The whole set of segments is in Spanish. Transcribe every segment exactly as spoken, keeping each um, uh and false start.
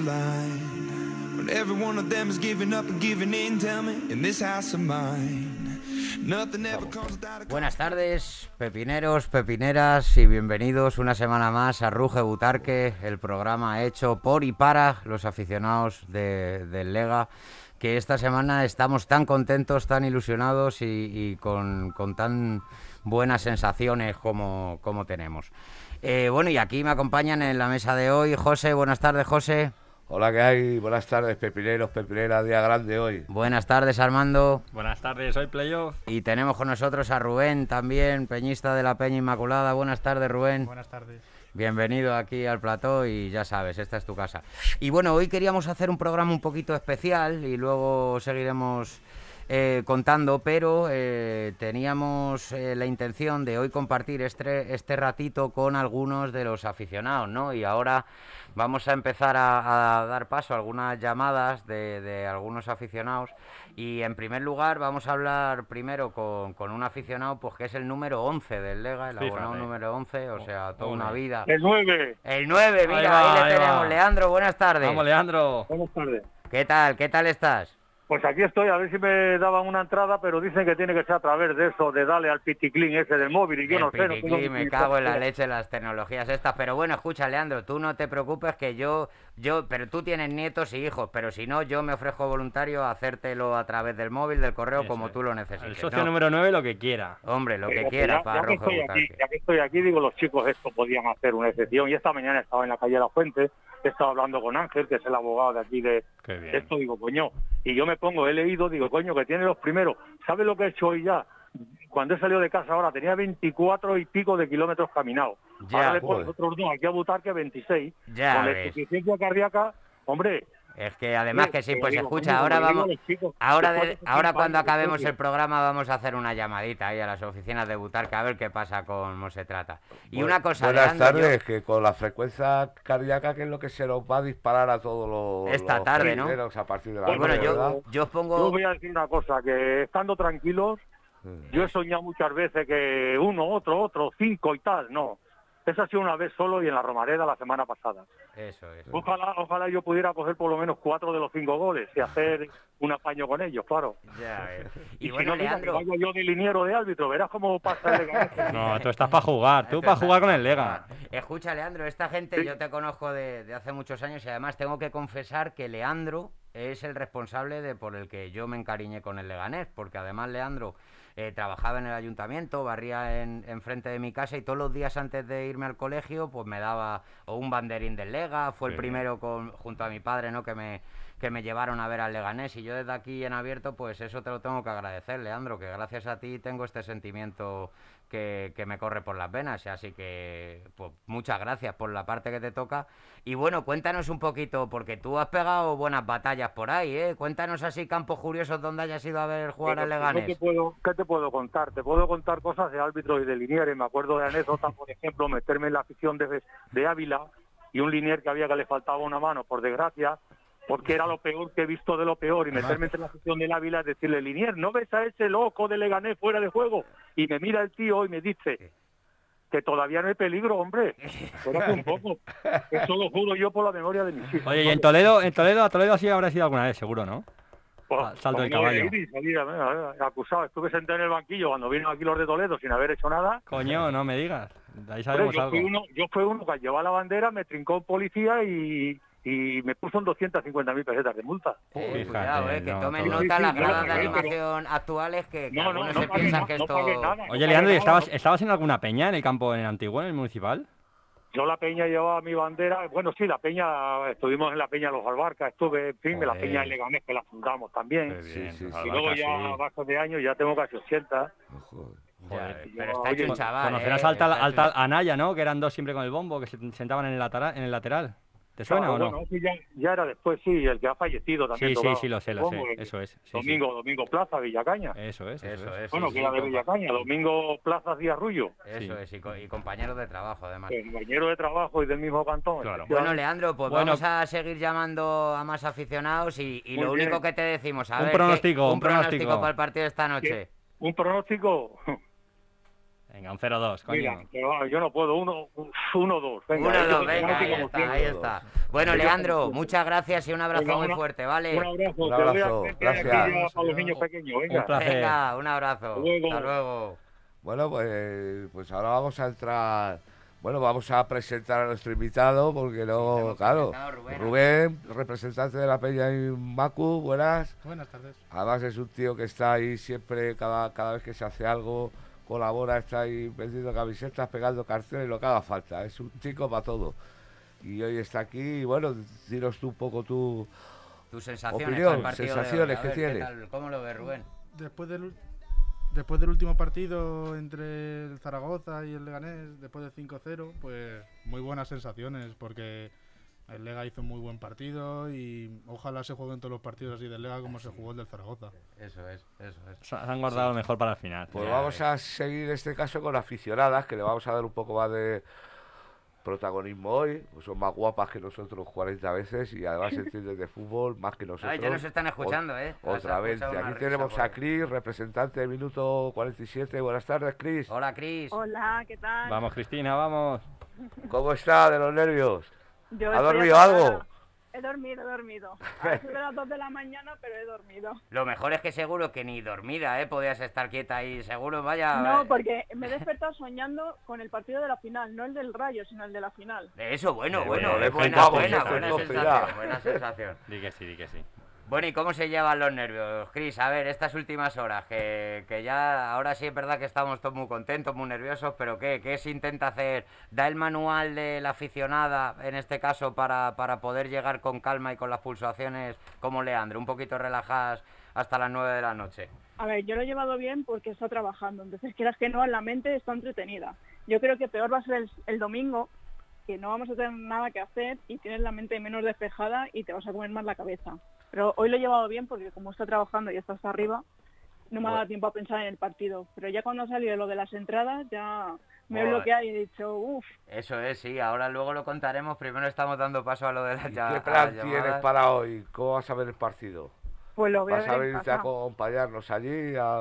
line. When every one of them is giving up and giving in, tell me, in this house of mine, nothing ever comes without a... Buenas tardes, pepineros, pepineras, y bienvenidos una semana más a Ruge Butarque, el programa hecho por y para los aficionados de, del Lega, que esta semana estamos tan contentos, tan ilusionados y, y con, con tan buenas sensaciones como, como tenemos. Eh, bueno, y aquí me acompañan en la mesa de hoy José. Buenas tardes, José. Hola, ¿qué hay? Buenas tardes, pepineros, pepineras, día grande hoy. Buenas tardes, Armando. Buenas tardes, hoy playoff. Y tenemos con nosotros a Rubén también, peñista de la Peña Inmaculada. Buenas tardes, Rubén. Buenas tardes. Bienvenido aquí al plató y ya sabes, esta es tu casa. Y bueno, hoy queríamos hacer un programa un poquito especial y luego seguiremos eh, contando, pero eh, teníamos eh, la intención de hoy compartir este, este ratito con algunos de los aficionados, ¿no? Y ahora vamos a empezar a, a dar paso a algunas llamadas de, de algunos aficionados. Y en primer lugar vamos a hablar primero con, con un aficionado, pues que es el número once del Lega, el abonado Fíjate. número once, o sea, toda Ole. una vida. El nueve. El nueve, mira, ahí, Ahí va, le ahí tenemos. va. Leandro, buenas tardes. Vamos, Leandro. Buenas tardes. ¿Qué tal? ¿Qué tal estás? Pues aquí estoy, a ver si me daban una entrada, pero dicen que tiene que ser a través de eso, de darle al piticlín ese del móvil, y yo El no sé. no piticlí, tengo me ni cago en la idea. leche las tecnologías estas. Pero bueno, escucha, Leandro, tú no te preocupes que yo, yo, pero tú tienes nietos y hijos, pero si no, yo me ofrezco voluntario a hacértelo a través del móvil, del correo, Eso como es. tú lo necesites. El socio ¿no? número nueve lo que quiera. Hombre, lo que Pero quieras ya, para ya que Rojo estoy aquí, Butarque. ya que estoy aquí, digo, los chicos esto podían hacer una excepción. Y esta mañana estaba en la calle La Fuente, he estado hablando con Ángel, que es el abogado de aquí de Qué bien. esto, digo, coño, y yo me pongo, he leído, digo, coño, que tiene los primeros. ¿Sabe lo que he hecho hoy ya? Cuando he salido de casa ahora tenía veinticuatro y pico de kilómetros caminados. Ya, Ahora le joder. pones otros dos aquí a Butarque veintiséis. Ya Con la ves. insuficiencia cardíaca, hombre... Es que además que sí, Pero pues digo, escucha, coño, ahora como digo vamos, a los chicos, ahora después de- de estos ahora cinco cuando años de acabemos historia. el programa vamos a hacer una llamadita ahí a las oficinas de Butarque a ver qué pasa, cómo se trata. Y Bu- una cosa, Buenas Leandro, yo- tardes, que con la frecuencia cardíaca, que es lo que se nos va a disparar a todos los, Esta los tarde, ¿no? pepineros a partir de la y bueno, noche, yo, ¿verdad? yo os Yo pongo... os voy a decir una cosa, que estando tranquilos, Mm. yo he soñado muchas veces que uno, otro, otro, cinco y tal, no. Esa ha sido una vez solo y en la Romareda la semana pasada. Eso, eso. Ojalá, ojalá yo pudiera coger por lo menos cuatro de los cinco goles y hacer un apaño con ellos, claro. Ya ves. Y, Y si bueno, no, mira, que Leandro... vaya yo de liniero de árbitro, verás cómo pasa el Leganés. No, tú estás para jugar, tú Esto para está- jugar con el Lega. Escucha, Leandro, esta gente Sí. yo te conozco de, de hace muchos años y además tengo que confesar que Leandro es el responsable de por el que yo me encariñé con el Leganés, porque además Leandro eh, trabajaba en el ayuntamiento, barría en, en frente de mi casa y todos los días antes de irme al colegio pues me daba o un banderín del Lega, fue el Sí. primero con, junto a mi padre, ¿no? que me que me llevaron a ver al Leganés y yo desde aquí en abierto pues eso te lo tengo que agradecer, Leandro, que gracias a ti tengo este sentimiento que, que me corre por las venas, así que pues muchas gracias por la parte que te toca. Y bueno, cuéntanos un poquito, porque tú has pegado buenas batallas por ahí, ¿eh? Cuéntanos así campos curiosos donde hayas ido a ver jugar al Pero, Leganés. ¿qué te puedo, ¿Qué te puedo contar? Te puedo contar cosas de árbitros y de linieres. Me acuerdo de anécdotas, por ejemplo, meterme en la afición de, de Ávila y un linier que había que le faltaba una mano, por desgracia, porque era lo peor que he visto de lo peor, y meterme entre la afición del Ávila es decirle, linier, ¿no ves a ese loco de Leganés fuera de juego? Y me mira el tío y me dice que todavía no hay peligro, hombre. Espérate un poco. Eso lo juro yo por la memoria de mis hijos. Oye, y en Toledo, en Toledo, a Toledo sí habrás ido alguna vez, seguro, ¿no? Pues, salto del como caballo. ir y salir, a ver, a ver, acusado. Estuve sentado en el banquillo cuando vino aquí los de Toledo sin haber hecho nada. Coño, no me digas. De ahí Hombre, sabemos yo, algo. fui uno, yo fui uno que llevaba la bandera, me trincó un policía y, y me puso en doscientas cincuenta mil pesetas de multa. Eh, Fíjate, cuidado, eh, que no, tomen todo. nota Sí, sí, las no, gradas de pero- animación actuales que, que No, no, algunos no se pagué piensan nada, que no esto... pagué nada. no Oye, pagué Leandro, ¿y nada, estabas, no. estabas en alguna peña en el campo, en el antiguo, en el municipal? Yo la peña llevaba mi bandera, bueno, sí, la peña, estuvimos en la peña Los Albarcas, estuve, en fin, en la Joder. peña de Leganés, que la fundamos también. Qué bien, sí, los sí. Y luego Albarcas, ya, sí. a base de años, ya tengo casi ochenta. Joder. Ya, Joder. ves, pero Yo- está hecho un oye, chaval, Conocerás eh, al tal, está al hecho tal un- Anaya, ¿no? Que eran dos siempre con el bombo, que se sentaban en el, latara- en el lateral. ¿Te suena Claro, o no? bueno, ese ya, ya era después, sí, el que ha fallecido también. Sí, sí, tocaba. sí, lo sé, lo sé. Supongo que- Eso es. sí, sí. Domingo, Domingo Plaza, Villacaña. Eso es, eso, Eso es. es, Bueno, sí, que sí, era de compa- Villacaña, Domingo Plaza Díaz Rullo. Eso Sí. es, y, co- y compañeros de trabajo además. Compañero de trabajo y del mismo cantón. Claro. Bueno, Leandro, pues Bueno. vamos a seguir llamando a más aficionados y, y Muy lo único bien. que te decimos, a Un ver, pronóstico, ¿qué- un un pronóstico pronóstico. para el partido de esta noche. Un pronóstico, Venga, un cero dos, coño. Mira, que va, yo no puedo, uno, uno, dos. Venga, Uno, hay que dos, ser venga, penalti ahí como está, siempre. ahí está. Bueno, Leandro, muchas gracias y un abrazo Venga, muy una- fuerte, ¿vale? Un abrazo, Un te voy a abrazo, hacer que gracias. aquí ya para los niños pequeños, venga. Un placer. Venga, un abrazo. Hasta luego. Hasta luego. Bueno, pues, pues ahora vamos a entrar. Bueno, vamos a presentar a nuestro invitado, porque Sí, no, hemos claro. presentado a Rubén. Rubén, representante de la Peña y Macu, buenas. Buenas tardes. Además es un tío que está ahí siempre, cada, cada vez que se hace algo, colabora, está ahí vendiendo camisetas, pegando carteles, lo que haga falta. Es un chico para todo. Y hoy está aquí, y bueno, dinos tú un poco tu... Tus sensaciones Opinión, al partido de hoy. sensaciones A que ver, tiene. ¿qué tal? ¿Cómo lo ves, Rubén? Después del, ul- después del último partido entre el Zaragoza y el Leganés, después del cinco cero, pues muy buenas sensaciones, porque el Lega hizo un muy buen partido y ojalá se jueguen todos los partidos así del Lega como se jugó el del Zaragoza. Eso es, eso es. Se han guardado lo mejor para el final. Pues Ya vamos ves. a seguir este caso con aficionadas, que le vamos a dar un poco más de protagonismo hoy. Pues son más guapas que nosotros cuarenta veces y además entienden de fútbol más que nosotros. Ay, ya nos están escuchando, ¿eh? Has Otra vez. escuchado una Aquí risa tenemos por a ahí. Chris, representante de Minuto cuarenta y siete. Buenas tardes, Chris. Hola, Cris. Hola, ¿qué tal? Vamos, Cristina, vamos. ¿Cómo está de los nervios? Yo ¿Ha estoy dormido agotada. algo? He dormido, he dormido. A eso de las dos de la mañana, pero he dormido. Lo mejor es que seguro que ni dormida, ¿eh? Podías estar quieta ahí, seguro, vaya... No, eh, porque me he despertado soñando con el partido de la final, no el del Rayo, sino el de la final. Eso, bueno, Eh, bueno, bueno, es le buena, flipamos buena, esto, buena entonces sensación, ya. buena sensación. Di que sí, di que sí. Bueno, ¿y cómo se llevan los nervios, Cris? A ver, estas últimas horas, que, que ya ahora sí es verdad que estamos todos muy contentos, muy nerviosos, pero ¿qué, qué se intenta hacer? ¿Da el manual de la aficionada, en este caso, para, para poder llegar con calma y con las pulsaciones como Leandro, un poquito relajadas hasta las nueve de la noche? A ver, yo lo he llevado bien porque está trabajando, entonces quieras que no, la mente está entretenida. Yo creo que peor va a ser el, el domingo, que no vamos a tener nada que hacer y tienes la mente menos despejada y te vas a comer más la cabeza. Pero hoy lo he llevado bien porque como está trabajando y está hasta arriba, no me ha dado tiempo a pensar en el partido. Pero ya cuando ha salido lo de las entradas, ya me he Joder. bloqueado y he dicho, uff, Eso es, sí, ahora luego lo contaremos, primero estamos dando paso a lo de las ¿Y ya- ¿Qué a plan las tienes llamadas. para hoy? ¿Cómo vas a ver el partido? pues lo voy a ¿Vas ver a en venirte a casa. acompañarnos allí? A,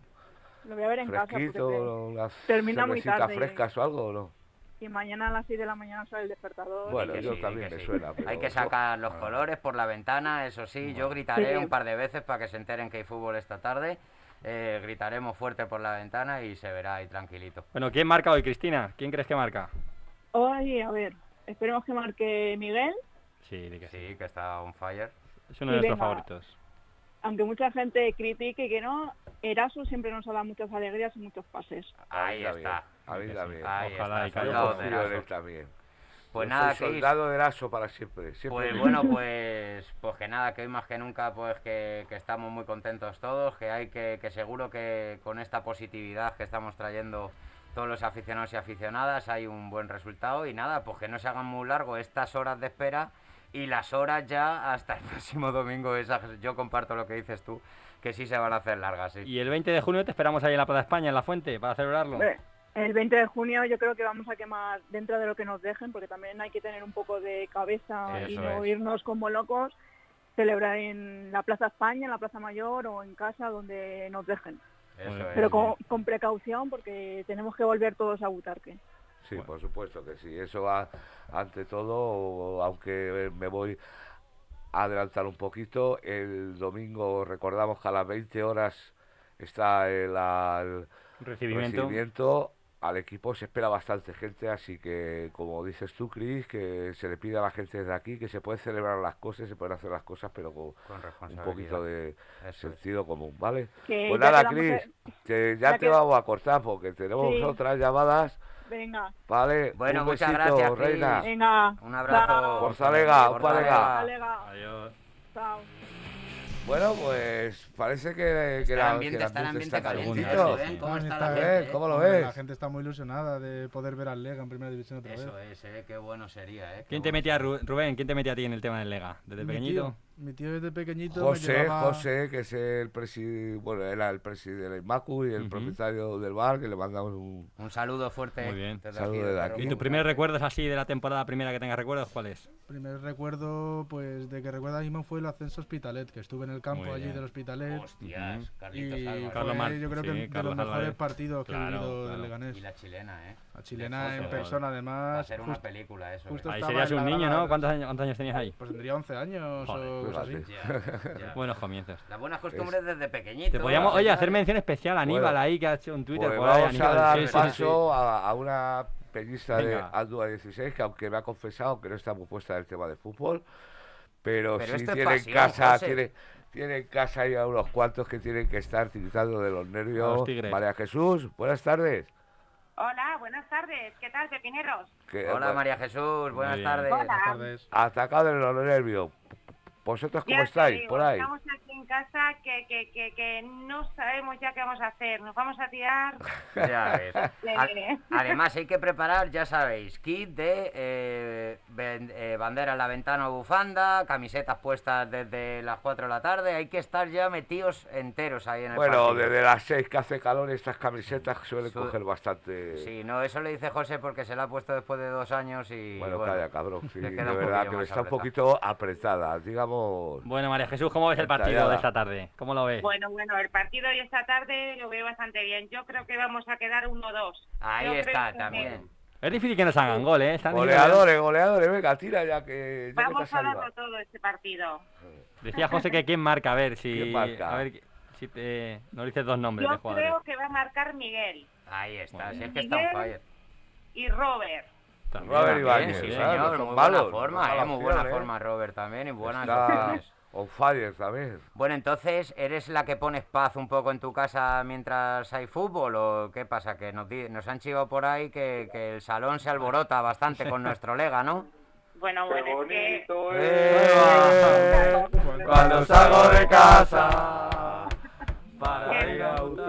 Lo voy a ver en casa fresquito, porque unas termina muy cervecitas tarde. frescas o algo, ¿o no? y mañana a las seis de la mañana sale el despertador. Bueno, que yo sí, también que me sí. suena. pero Hay que yo- sacar los colores por la ventana, eso sí, yo gritaré Sí. un par de veces para que se enteren que hay fútbol esta tarde, eh, gritaremos fuerte por la ventana y se verá ahí tranquilito. Bueno, ¿quién marca hoy, Cristina? ¿Quién crees que marca? Ay, a ver, esperemos que marque Miguel, Sí, di que sí. Sí, que está on fire. Es uno Y de nuestros venga. favoritos. aunque mucha gente critique que no, Erasu siempre nos ha dado muchas alegrías y muchos pases. Ahí también, está. A mí también. Ahí Ojalá y está, que haya Yo soldado de confío en Eraso. él también. Pues Yo nada, soy Cris. soldado de Eraso para siempre. siempre Pues lo bueno, digo. pues, pues que nada, que hoy más que nunca pues que, que estamos muy contentos todos, que hay que, que seguro que con esta positividad que estamos trayendo todos los aficionados y aficionadas hay un buen resultado y nada, pues que no se hagan muy largo estas horas de espera y las horas ya hasta el próximo domingo, esas, yo comparto lo que dices tú, que sí se van a hacer largas, sí. Y el veinte de junio te esperamos ahí en la Plaza España, en La Fuente, para celebrarlo. Hombre, el veinte de junio yo creo que vamos a quemar dentro de lo que nos dejen, porque también hay que tener un poco de cabeza y Eso no es. irnos como locos, celebrar en la Plaza España, en la Plaza Mayor o en casa donde nos dejen. Eso Muy es. Pero con, con precaución porque tenemos que volver todos a Butarque. Sí, por supuesto que sí. Eso va ante todo, aunque me voy a adelantar un poquito. El domingo recordamos que a las veinte horas está el, el Recibimiento. recibimiento. Al equipo se espera bastante gente, así que, como dices tú, Cris, que se le pide a la gente desde aquí que se pueden celebrar las cosas, se pueden hacer las cosas, pero con Con un responsabilidad. poquito de Eso es. sentido común, ¿vale? Que Pues ya nada, quedamos Cris, en- que ya ya te que- vamos a cortar porque tenemos Sí. otras llamadas, Venga, ¿vale? Bueno, Un muchas besito, gracias, Cris. reina. venga. Un abrazo. Chao. Forza Lega, Forza opa Lega. Lega. Alega. Adiós. Chao. Bueno, pues parece que, que, Está el la, ambiente, que el está el ambiente está caliente, calentito. ¿eh? ¿Cómo está Está la bien, gente? eh? ¿Cómo lo Hombre, ves? La gente está muy ilusionada de poder ver al Lega en primera división otra Eso vez. es, eh, qué bueno sería, ¿eh? Qué ¿Quién te bueno metía, sería. Ru- Rubén, quién te metía a ti en el tema del Lega? ¿Desde Mi pequeñito? tío, Mi tío desde pequeñito José, me llevaba... José, que es el presidente, bueno, era el presidente del IMACU y el Ujú. propietario del bar, que le mandamos un... Un saludo fuerte. Muy bien. desde Saludo aquí, desde Perro aquí. ¿Y Público. tus primeros recuerdos así de la temporada primera que tengas recuerdos, cuál es? Primer recuerdo, pues, de que recuerda mismo fue el ascenso Hospitalet, que estuve en el campo Muy allí bien. del Hospitalet. Hostias, Ujú. Carlitos Y Álvarez. Carlos fue, Mar- yo creo sí, que de Carlos los mejores Álvarez. partidos que he Claro, vivido claro. del Leganés. Y la chilena, ¿eh? A Chilena de en José, persona, Va a además. ser una justo- película eso. justo ¿eh? Ahí estaba serías en un la niño, grada- ¿no? ¿Cuántos años, cuántos años tenías ahí? Pues tendría once años Joder, o cosas así. fíjate. Ya, ya. Buenos comienzos. Las buenas costumbres desde pequeñito. Te podíamos, ¿no? oye, hacer mención especial a Aníbal Bueno, ahí, que ha hecho un Twitter Pues por ahí. vamos a Aníbal. dar Sí, sí, sí, paso a, a una peñista de Venga. Andúa dieciséis, que aunque me ha confesado que no está muy puesta en el tema de fútbol, pero, Pero sí esto es tiene en pasión, casa, José. tiene, tiene en casa ya unos cuantos que tienen que estar tiritando de los A nervios. los tigres. María Jesús, buenas tardes. Hola, buenas tardes. ¿Qué tal, pepineros? Que, Hola pues, María Jesús, buenas bien. tardes. Hola. Buenas tardes. Atacado de los nervios. ¿Vosotros cómo Ya te estáis? digo, Por ahí. Estamos aquí en casa que, que, que, que no sabemos ya qué vamos a hacer. Nos vamos a tirar... Ya ves. de- A- Además hay que preparar, ya sabéis, kit de eh, ben- eh, bandera en la ventana o bufanda, camisetas puestas desde las cuatro de la tarde, hay que estar ya metidos enteros ahí en el Bueno, partido. desde las seis que hace calor estas camisetas suelen Su- coger bastante... Sí, no, eso le dice José porque se la ha puesto después de dos años y Bueno, bueno, calla, cabrón. Sí, le de queda un verdad poquillo que más está un apretada. poquito apretada. Digamos... Bueno, María Jesús, ¿cómo ves el partido Detallada. de esta tarde? ¿Cómo lo ves? Bueno, bueno, el partido de esta tarde lo veo bastante bien. Yo creo que vamos a quedar uno dos. Ahí Yo creo está que- también. Es difícil que nos hagan gol, ¿eh? Están diciendo- Goleadores, goleadores, venga, tira ya que... ya que Vamos te has a darlo salvado. todo este partido. Decía José que quién marca, a ver si... ¿Quién marca? A ver si te... nos dices dos nombres de Yo jugadores. creo que va a marcar Miguel Ahí está, Muy si es bien. que está on fire. y Robert. También. Robert También, Ibáñez, sí, claro, señor, no son muy malos, buena forma, no eh, mala muy buena opción, ¿eh? forma Robert también y buenas Está opciones. on fire también. Bueno, entonces, ¿eres la que pones paz un poco en tu casa mientras hay fútbol o qué pasa? Que nos, di- nos han chivado por ahí que, que el salón se alborota bastante con nuestro Lega, ¿no? Bueno, bueno, es que... Eh, Cuando salgo de casa para ir a un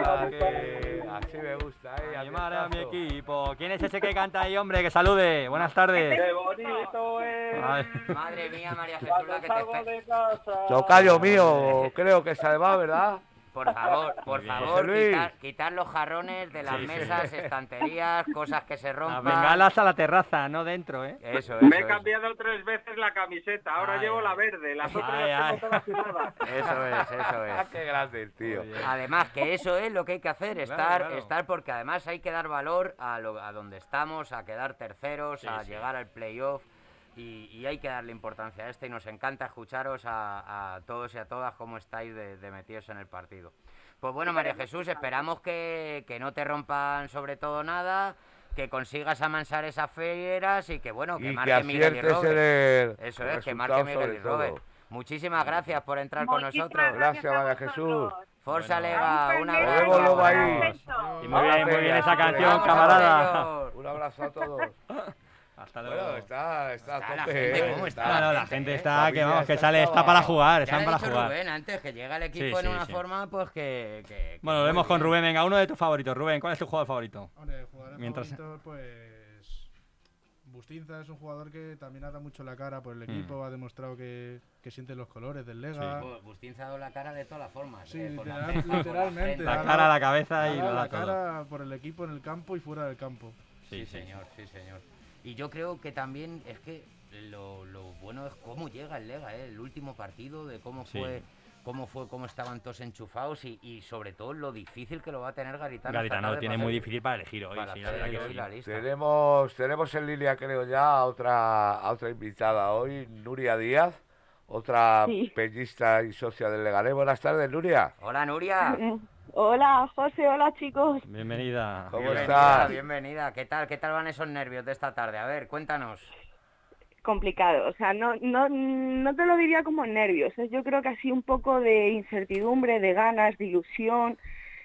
que así me gusta, eh. animar a mi ambientazo. equipo. ¿Quién es ese que canta ahí, hombre? Que salude. Buenas tardes. ¡Qué bonito es! Ay, Madre mía, María Jesús, la que te espe- casa! Tocayo mío, creo que se va, ¿verdad? Por favor, por Muy bien. favor, José Luis. quitar, quitar los jarrones de las Sí, sí. mesas, estanterías, cosas que se las rompan. bengalas a la terraza, no dentro, ¿eh? Eso, eso, Me he eso. cambiado tres veces la camiseta, ahora Ay, llevo ay. la verde, las otras Ay, las ay. tengo todas firmadas. Eso es, eso Ah, es. qué grande el tío. Muy bien. Además, que eso es lo que hay que hacer, Claro, estar, claro. estar porque además hay que dar valor a, lo, a donde estamos, a quedar terceros, Sí, a sí. llegar al playoff y, y hay que darle importancia a este y nos encanta escucharos a, a todos y a todas cómo estáis de, de metidos en el partido. Pues bueno, María Jesús, esperamos que, que no te rompan sobre todo nada, que consigas amansar esas fieras y que bueno, que Y que marque Miguel y aciertes en Robert. el Eso es, que resultado marque Miguel sobre y Robert. todo. Muchísimas gracias por entrar con Muchísimas nosotros. Gracias, a María vosotros. Jesús. Forza Bueno. Lega, un Nos abrazo. vemos luego ahí. Perfecto. Y muy bien, muy bien esa Vamos, canción, Vamos, camarada. Aurelio. Un abrazo a todos. Hasta luego. Bueno, está, está, Está a la tope, gente, eh, ¿cómo está? No, no, la gente, gente ¿eh? está, que Familia vamos, que está sale, está estaba- para jugar, Ya están le he para dicho jugar. Rubén antes que llega el equipo Sí, en sí, una sí. forma pues que... que- que Bueno, lo muy vemos con bien. Rubén. Venga, uno de tus favoritos. Rubén, ¿cuál es tu jugador favorito? Hombre, jugadores Mientras- favoritos, pues... Bustinza es un jugador que también ha dado mucho la cara por el Mm. equipo, ha demostrado que, que siente los colores del Sí. Lega. Pues Bustinza ha dado la cara de todas las formas. Sí, eh, por la literal- ceja, por la literalmente, frente. La ha cara, la cabeza Ha y lo dado da la todo. cara por el equipo en el campo y fuera del campo. Sí, señor, sí, señor. Y yo creo que también es que lo, lo bueno es cómo llega el Lega, ¿eh? El último partido, de cómo Sí. fue, cómo fue, cómo estaban todos enchufados y, y sobre todo lo difícil que lo va a tener Garitano. esta Garitano tarde tiene para muy hacer- difícil para elegir hoy, para sí, la hacer verdad que hoy sí. la lista. Tenemos, tenemos en línea, creo ya, a otra, a otra invitada hoy, Nuria Díaz, otra Sí. peñista y socia del Leganés. Buenas tardes, Nuria. Hola, Nuria. Hola, José, hola chicos. Bienvenida. ¿Cómo Bienvenida, estás? bienvenida. ¿Qué tal? ¿Qué tal van esos nervios de esta tarde? A ver, cuéntanos. Complicado, o sea, no, no, no te lo diría como nervios, ¿eh? Yo creo que así un poco de incertidumbre, de ganas, de ilusión,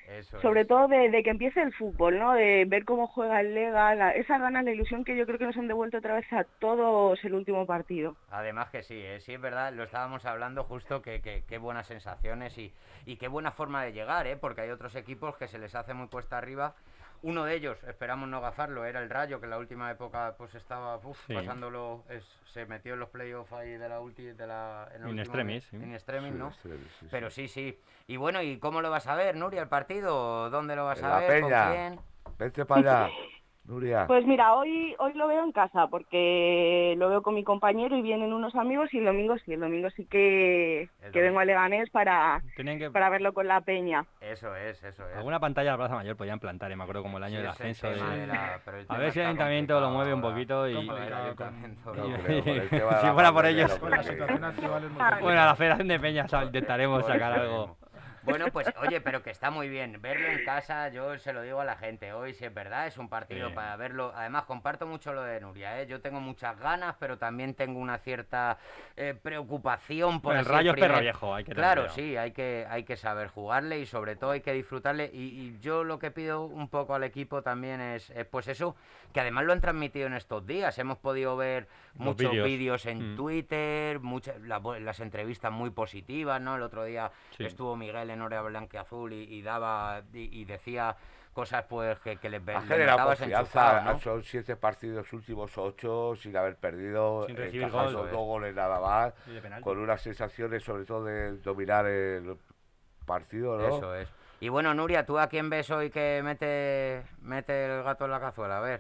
Eso sobre es. todo de, de que empiece el fútbol, ¿no? De ver cómo juega el Lega, la, esa ganas, la ilusión que yo creo que nos han devuelto otra vez a todos el último partido. Además que sí, ¿eh? Sí es verdad, lo estábamos hablando justo, que que- qué buenas sensaciones y, y qué buena forma de llegar, ¿eh? Porque hay otros equipos que se les hace muy cuesta arriba. Uno de ellos, esperamos no gafarlo, era el Rayo, que en la última época pues estaba uf, Sí. pasándolo, es- se metió en los playoffs ahí de la última, de la, en el In último- extremis, sí. in extremis, Sí, ¿no? extremis, sí, sí. Pero sí, sí. Y bueno, ¿y cómo lo vas a ver, Nuria, el partido? ¿Dónde lo vas En a la ver? Peña. ¿Con quién? Vente para allá, Nuria. Pues mira, hoy hoy lo veo en casa porque lo veo con mi compañero y vienen unos amigos y el domingo sí, el domingo sí que, El que domingo. vengo a Leganés para, Tenían que... para verlo con la peña. Eso es, eso es. Alguna pantalla de la Plaza Mayor podían plantar, eh, me acuerdo como el año Sí, del es el ascenso. tema de- de la- pero el A tema ver si el está ayuntamiento lo complicado mueve un ahora. poquito y... Complicado el Complicado con- ayuntamiento, No no. creo, por el tema de Si la fuera por pandemia, ellos. no Con la creo. situación actual es muy Ah, complicado. Bueno, a la Federación de Peñas ¿sabes? intentaremos Por sacar eso algo. mismo. Bueno, pues oye, pero que está muy bien. Verlo en casa, yo se lo digo a la gente. Hoy, si es verdad, es un partido Sí. para verlo. Además, comparto mucho lo de Nuria, ¿eh? Yo tengo muchas ganas, pero también tengo una cierta eh, preocupación por El así Rayo es primer- perro viejo, hay que tener Claro, cuidado. sí, hay que, hay que saber jugarle y sobre todo hay que disfrutarle. Y, y yo lo que pido un poco al equipo también es, es, pues eso, que además lo han transmitido en estos días. Hemos podido ver Los muchos vídeos. vídeos en Mm. Twitter, muchas la- las entrevistas muy positivas, ¿no? El otro día Sí. estuvo Miguel en Hora Blanqueazul y, y daba y, y decía cosas pues que, que les Ha le generado notabas confianza, enchufado, ¿no? son siete partidos últimos ocho sin haber perdido, Sin recibir encajando gol. dos goles nada más, Y de penalti. con unas sensaciones sobre todo de dominar el partido, ¿no? Eso es. Y bueno, Nuria, ¿tú a quién ves hoy que mete, mete el gato en la cazuela? A ver.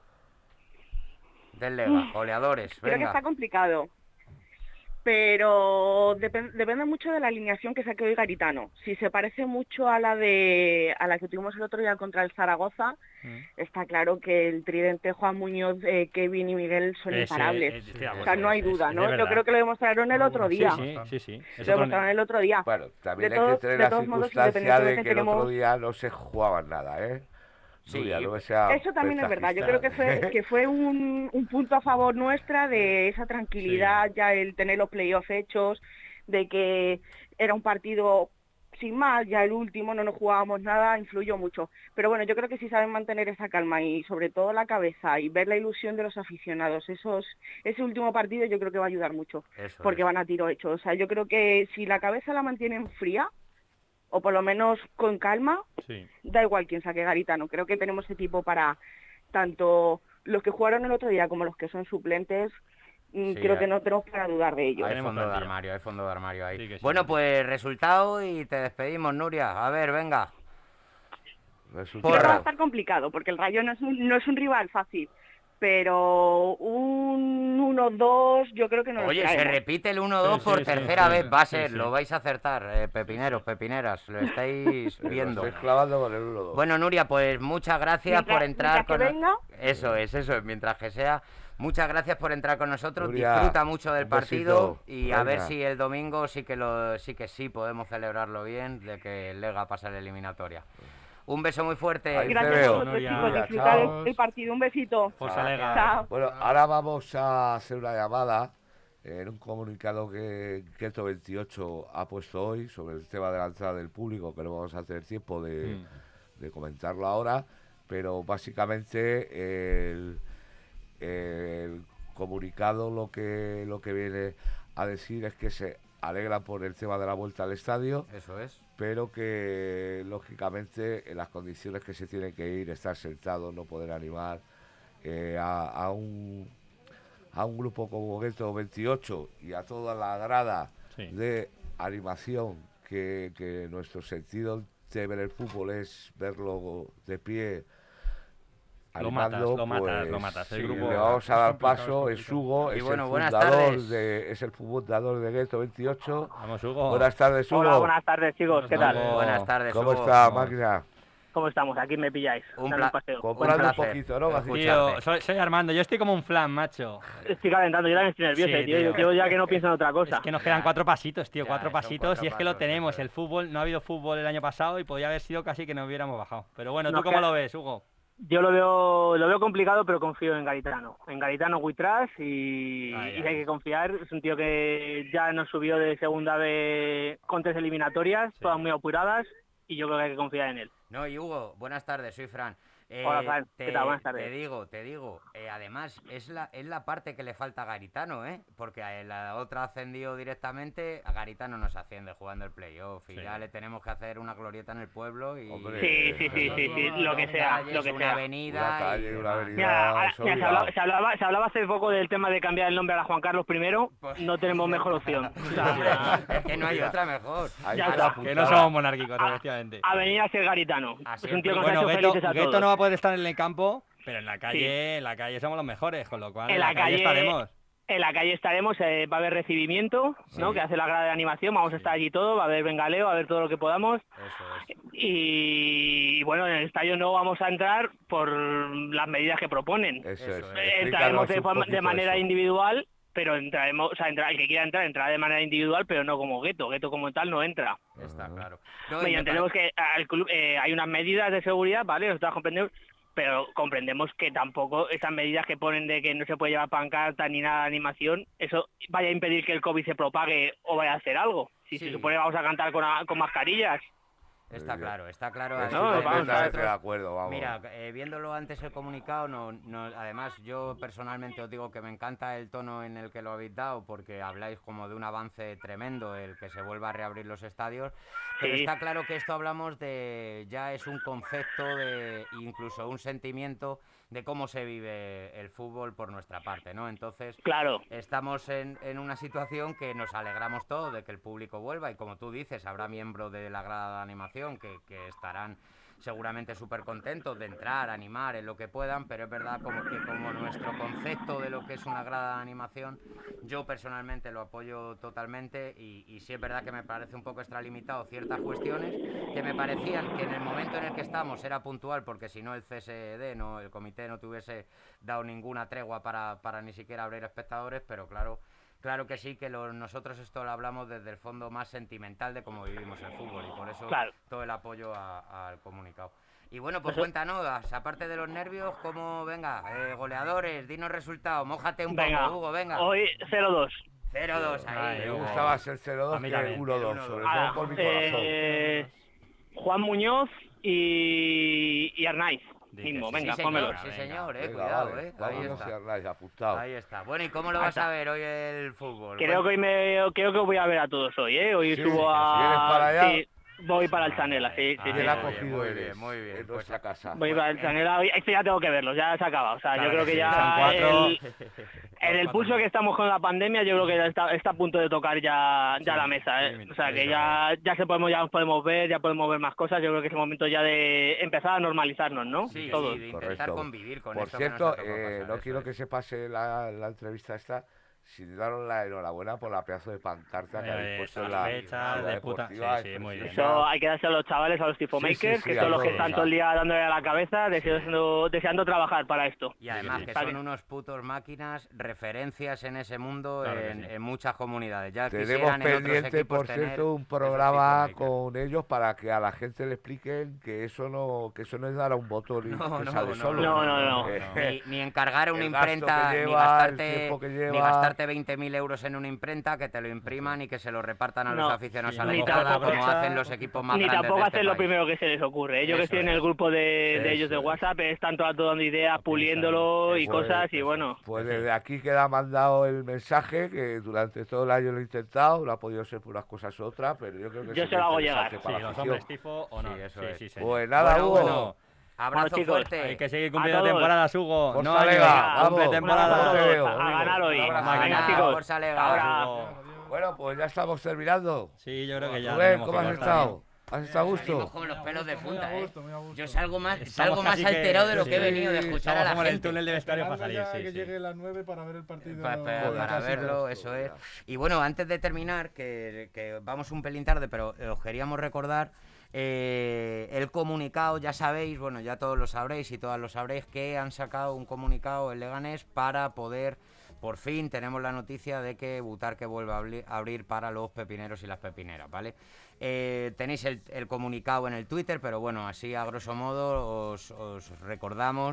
Del Lega, goleadores, Creo que venga. está complicado. Pero depen- depende mucho de la alineación que saque hoy Garitano. Si se parece mucho a la de a la que tuvimos el otro día contra el Zaragoza, Mm. está claro que el tridente Juan Muñoz, eh, Kevin y Miguel son Ese, imparables. eh, estoy de O acuerdo, sea, no hay es- duda, es ¿no? de Yo verdad. creo que lo demostraron el otro día. Sí, sí, sí, sí. Es Lo otro demostraron ni- el otro día. Bueno, también De hay todos- que tener de la todos modos, circunstancia de independientemente que el otro tenemos- día no se jugaban nada, ¿eh? Sí, Nuria, no que sea Eso también es verdad. Yo creo que ventajista. fue que fue un, un punto a favor nuestra de esa tranquilidad, ya el tener los playoffs hechos, de que era un partido sin más, ya el último no nos jugábamos nada, influyó mucho. Pero bueno, yo creo que si saben mantener esa calma y sobre todo la cabeza y ver la ilusión de los aficionados, esos ese último partido yo creo que va a ayudar mucho, Eso porque es. van a tiro hecho. O sea, yo creo que si la cabeza la mantienen fría, o por lo menos con calma, Sí. da igual quién saque Garitano. Creo que tenemos equipo para tanto los que jugaron el otro día como los que son suplentes. mm, Sí, creo hay- que no tenemos para dudar de ellos. Hay Tenemos fondo de plantilla. armario, hay fondo de armario ahí. Sí que sí, bueno, sí. pues resultado y te despedimos, Nuria. A ver, venga. Resultado. Creo que va a Porra. estar complicado porque el Rayo no es un, no es un rival fácil, pero un uno dos yo creo que no Oye, lo se traemos. repite el uno dos Sí, por sí, sí, tercera sí, vez, va a sí, ser, sí. lo vais a acertar, eh, pepineros, pepineras, lo estáis Lo viendo. estoy clavando con el uno dos. Bueno, Nuria, pues muchas gracias Mientras- por entrar mientras que con venga. Eso es, eso es, mientras que sea. Muchas gracias por entrar con nosotros. Nuria, Disfruta mucho del un partido besito. y a ver Venga. si el domingo sí que lo sí que sí podemos celebrarlo bien de que el Lega pasa la eliminatoria. Un beso muy fuerte. Ahí te Gracias a veo. vosotros, Nuria. chicos, Venga, disfrutar chao. el, el partido. Un besito. Forza Lega. Chao. Bueno, ahora vamos a hacer una llamada en un comunicado que Keto veintiocho ha puesto hoy sobre el tema de la entrada del público, que no vamos a tener tiempo de, Mm. de comentarlo ahora, pero básicamente el, el comunicado lo que, lo que viene a decir es que se alegra por el tema de la vuelta al estadio, Eso es. pero que lógicamente en las condiciones que se tienen que ir, estar sentados, no poder animar eh, a, a un a un grupo como Gueto veintiocho y a toda la grada Sí. de animación que, que nuestro sentido de ver el fútbol es verlo de pie Lo matas, animando, lo matas, pues, lo matas. El sí, grupo le vamos a es dar complicado, paso, es es Hugo, Y es bueno, el buenas fundador tardes. de, es el fundador de Gueto veintiocho. Vamos, Hugo. Buenas tardes, Hugo. Hola, buenas tardes, chicos. ¿Qué Buenas tal? tardes. Buenas tardes, ¿Cómo Hugo. está, Vamos. máquina? ¿Cómo estamos? Aquí me pilláis. Un dando pla- un paseo. Comprando un placer. poquito, ¿no? Escucha. Tío, soy, soy Armando, yo estoy como un flan, macho. Estoy calentando, yo también estoy nervioso, Sí, tío. tío. Yo, yo ya que no pienso en otra cosa. Es que nos quedan cuatro pasitos, tío, Ya, cuatro son pasitos cuatro y es que lo pasos, tenemos. eso es. El fútbol, no ha habido fútbol el año pasado y podía haber sido casi que nos hubiéramos bajado. Pero bueno, ¿tú Nos cómo queda- lo ves, Hugo? Yo lo veo lo veo complicado, pero confío en Garitano. En Garitano Huitras y, Ay, y ay. hay que confiar. Es un tío que ya nos subió de segunda vez con tres eliminatorias, Sí. todas muy apuradas. y yo creo que hay que confiar en él. No, y Hugo, buenas tardes, soy Fran. Eh, Hola, Fran, te, ¿qué tal? Buenas tardes. Te digo, te digo, eh, además es la, es la parte que le falta a Garitano, ¿eh? Porque a la otra ascendió directamente, a Garitano nos asciende jugando el playoff y Sí. ya le tenemos que hacer una glorieta en el pueblo y... Hombre, Sí, sí, sí, sí, sí, lo que sea, calles, lo que una sea. avenida Una calle, y una demás. avenida. Mira, ahora- eso mira, se, obligado. hablaba, se, hablaba, se hablaba hace poco del tema de cambiar el nombre a la Juan Carlos primero, Pues- no tenemos mejor opción. O sea, Es que no hay otra mejor. Ahí Ya te está. la Que no apuntaba. somos monárquicos, Ah, efectivamente. a venir a ser Garitano. Así Es un tío que en nos ha Bueno, hecho Gueto, felices a Gueto todos. no va a poder estar en el campo, pero en la calle, Sí. en la calle somos los mejores, con lo cual En en, la la calle, calle- estaremos. En la calle estaremos, eh, va a haber recibimiento, ¿no? Sí. Que hace la grada de animación, vamos a estar allí todo, va a haber bengaleo, va a haber todo lo que podamos. Eso es. Y, bueno, en el estadio no vamos a entrar por las medidas que proponen. Eso Eso es. es. Eh, entraremos de, Explícanos un forma- de poquito manera eso. individual, pero entraremos, o sea, entra- el que quiera entrar, entrará de manera individual, pero no como Gueto. Gueto como tal no entra. Está Ajá. claro. No, y Oye, me entendemos pare- que al club, eh, hay unas medidas de seguridad, ¿vale? Nosotros comprendemos, pero comprendemos que tampoco esas medidas que ponen de que no se puede llevar pancarta ni nada de animación, eso vaya a impedir que el COVID se propague o vaya a hacer algo. Si Sí. se supone que vamos a cantar con, a- con mascarillas. Está Muy bien. claro, está claro. Estoy así No, que vamos, completamente nosotros- de acuerdo, vamos. Mira, eh, viéndolo antes el comunicado, no, no, además yo personalmente os digo que me encanta el tono en el que lo habéis dado, porque habláis como de un avance tremendo, el que se vuelva a reabrir los estadios, pero Sí. está claro que esto hablamos de, ya es un concepto, de incluso un sentimiento de cómo se vive el fútbol por nuestra parte, ¿no? Entonces, Claro, estamos en, en una situación que nos alegramos todos de que el público vuelva y como tú dices, habrá miembros de la grada de animación que, que estarán seguramente súper contentos de entrar, animar en lo que puedan, pero es verdad como que como nuestro concepto de lo que es una grada de animación, yo personalmente lo apoyo totalmente y, y sí es verdad que me parece un poco extralimitado ciertas cuestiones que me parecían que en el momento en el que estamos era puntual porque si no el C S D, no, el comité no te hubiese dado ninguna tregua para, para ni siquiera abrir espectadores, pero claro, claro que sí, que lo- nosotros esto lo hablamos desde el fondo más sentimental de cómo vivimos el fútbol y por eso Claro. todo el apoyo a- al comunicado. Y bueno, pues Eso- cuéntanos, aparte de los nervios, cómo, venga, eh, goleadores, dinos resultados, mójate un venga, poco, Hugo, venga. hoy cero dos. cero dos ahí. Ay, Me Hugo. gustaba ser cero dos A mí que también. uno dos, uno sobre dos. todo Ah, por mi corazón. eh, Juan Muñoz y, y Arnaiz Di mismo, que sí. venga, sí, pónmelo. señor, sí, Venga, señor, eh, Venga, cuidado, vale, eh. Ahí vámonos está. y Arnaiz, apuntado. Ahí está. Bueno, ¿y cómo lo Ahí vas a está. ver hoy el fútbol? Creo que hoy me creo que voy a ver a todos hoy, ¿eh? Hoy Sí, subo sí, a... si vienes para allá. Sí, voy para el Chanela, sí, sí, Ahí sí. Bien va. acogido muy eres bien, muy bien. en Pues, nuestra casa. Voy para el Chanela hoy. Este ya tengo que verlos, ya se acaba. O sea, Claro yo creo que que sí, ya... son cuatro. el- En el pulso que estamos con la pandemia, yo creo que ya está, está a punto de tocar ya, ya Sí, la mesa, ¿eh? sí, O sea, que sí, ya, ya se podemos, ya nos podemos ver, ya podemos ver más cosas. Yo creo que es el momento ya de empezar a normalizarnos, ¿no? Sí, Todos. sí, de intentar Correcto. convivir con Por esto que nos cierto, ha tocado eh, pasar, no eso quiero es. que se pase la, la entrevista esta sin daros la enhorabuena por la pedazo de pancarta que Eh, habéis puesto en esas la, fechas en la de puta- deportiva, sí, sí, es muy bien. preciosa. Eso hay que darse a los chavales, a los tipo Sí, makers, sí, sí, que a son los que todos, están a- todo el día dándole a la cabeza, deseando, deseando trabajar para esto. Y además sí. que Está son bien. unos putos máquinas, referencias en ese mundo Claro que en, sí. en muchas comunidades. Ya Tenemos quisieran en otros pendiente, equipos por tener cierto, un esos programa tipo makers. con ellos para que a la gente le expliquen que eso no, que eso no es dar a un botón y No, que no, sale no, solo. no, no, no. Eh, Ni, ni encargar una el gasto imprenta, que ni, lleva, el gastarte, tiempo que ni lleva. gastarte veinte mil euros en una imprenta, que te lo impriman y que se lo repartan a los No, aficionados sí, a la ni entrada, tampoco- como hacen los equipos más Ni grandes tampoco de este hacer lo país. primero que se les ocurre. Ellos que Eso estoy en es. el grupo de, de Eso ellos de es. WhatsApp, están todas dando ideas, puliéndolo y Pues- cosas, y bueno. Pues desde aquí queda mandado el mensaje que durante todo el año lo he intentado, no ha podido ser por unas cosas u otras, pero yo creo que Yo es se lo hago interesante llegar. para Sí, la los afición. hombres tifo o no. Sí, eso sí, es. sí, señor. Pues nada, Bueno, Hugo. bueno, abrazo Bueno, chicos, fuerte. Hay que seguir A cumpliendo todos. temporadas, Hugo. Forza no, Lega, años. vamos. Cumple Un temporada. abrazo a te todos, veo, a amigo. ganar hoy. Un abrazo. Venga, Mañana, chicos. Forza Lega. Ahora. Hugo. Bueno, pues ya estamos terminando. Sí, yo creo que ya. Rubén, tenemos ¿cómo que has cortar, estado? ¿no? ¿Has estado a Salimos gusto? con los pelos de Muy a punta, ¿eh? gusto, muy a gusto. Yo salgo más, Estamos salgo más casi que- alterado de lo que he sí, venido de escuchar a estamos la como en el gente. túnel del vestuario para salir, Esperando a sí, que sí. llegue las nueve para ver el partido. Pa- pa- de para casi verlo, todos. eso es. Y bueno, antes de terminar, que, que vamos un pelín tarde, pero eh, os queríamos recordar eh, el comunicado, ya sabéis, bueno, ya todos lo sabréis y todas lo sabréis, que han sacado un comunicado en Leganés para poder, por fin, tenemos la noticia de que Butarque vuelve a abri- a abrir para los pepineros y las pepineras, ¿vale? Eh, tenéis el, el comunicado en el Twitter, pero bueno, así a grosso modo os, os recordamos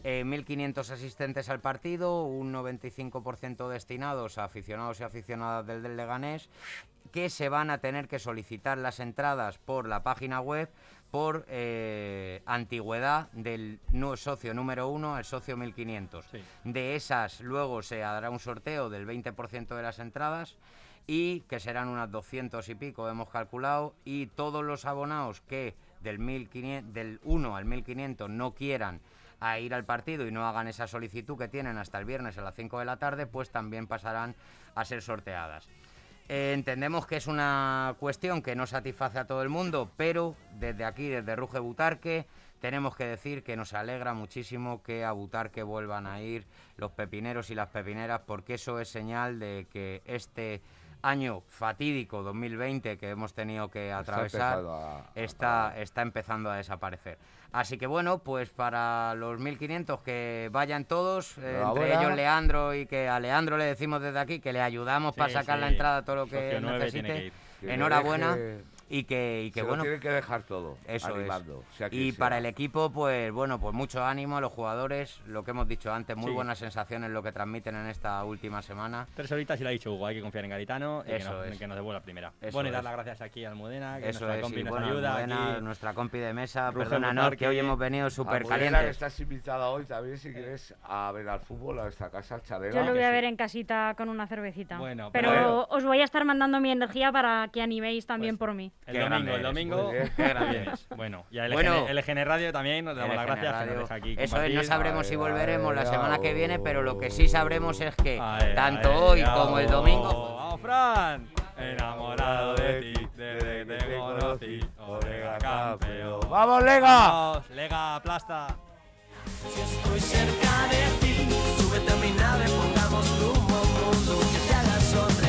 Eh, mil quinientos asistentes al partido, un noventa y cinco por ciento destinados a aficionados y aficionadas del, del Leganés, que se van a tener que solicitar las entradas por la página web por eh, antigüedad del no, socio número uno al socio mil quinientos. Sí. De esas luego se hará un sorteo del veinte por ciento de las entradas y que serán unas doscientos y pico, hemos calculado, y todos los abonados que del, mil quinientos, del uno al mil quinientos no quieran a ir al partido y no hagan esa solicitud que tienen hasta el viernes a las cinco de la tarde, pues también pasarán a ser sorteadas. Eh, entendemos que es una cuestión que no satisface a todo el mundo, pero desde aquí, desde Ruge Butarque, tenemos que decir que nos alegra muchísimo que a Butarque vuelvan a ir los pepineros y las pepineras, porque eso es señal de que este año fatídico dos mil veinte que hemos tenido que atravesar a, está, a está empezando a desaparecer. Así que bueno, pues para los mil quinientos que vayan todos, eh, entre ellos Leandro, y que a Leandro le decimos desde aquí que le ayudamos sí, para sacar sí. la entrada, todo lo que Socio necesite. Que enhorabuena. Y que, y que se bueno, lo tienen que dejar todo, eso animando, es. Sea y sea. Para el equipo, pues bueno, pues mucho ánimo a los jugadores, lo que hemos dicho antes, muy sí. buenas sensaciones lo que transmiten en esta última semana. Tres horitas y lo ha dicho Hugo, hay que confiar en Garitano y eso que, nos, es. que nos devuelva la primera. Eso bueno, y dar es. las gracias aquí a Almudena, que eso nuestra es, compi y nos bueno, ayuda. Almudena, aquí. nuestra compi de mesa, Ruge perdónanos Butarque, que hoy hemos venido súper calientes. Que estás invitada hoy también, si quieres, a ver al fútbol a esta casa, al Chalega. Yo lo voy a sí. ver en casita con una cervecita. Bueno, pero bueno. os voy a estar mandando mi energía para que animéis también pues, por mí. El domingo, el domingo. Bueno, y a L G N, bueno, L G N Radio también nos damos las gracias que nos deja aquí Eso compartir. es, no sabremos ay, si volveremos ay, la semana ay, que viene, pero lo que sí sabremos es que ay, tanto ay, hoy ay, como ay, el domingo... ¡Vamos, Fran! Enamorado de ti, desde que te conocí, Olega campeón. ¡Vamos, Lega! ¡Vamos, Lega, aplasta! Si estoy cerca de ti, súbete a mi nave, pongamos rumbo a un mundo que te haga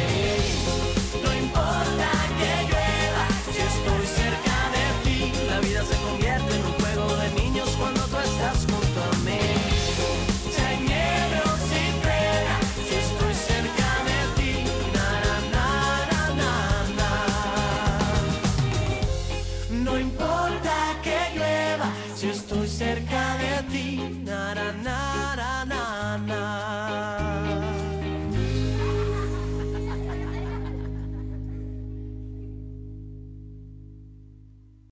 sonreír. No importa que llueva, si estoy cerca de ti, la vida se convierte en un juego de niños cuando tú estás junto a mí. Si hay nieve o si truena, si estoy cerca de ti, na na na na na. No importa que llueva, si estoy cerca de ti, na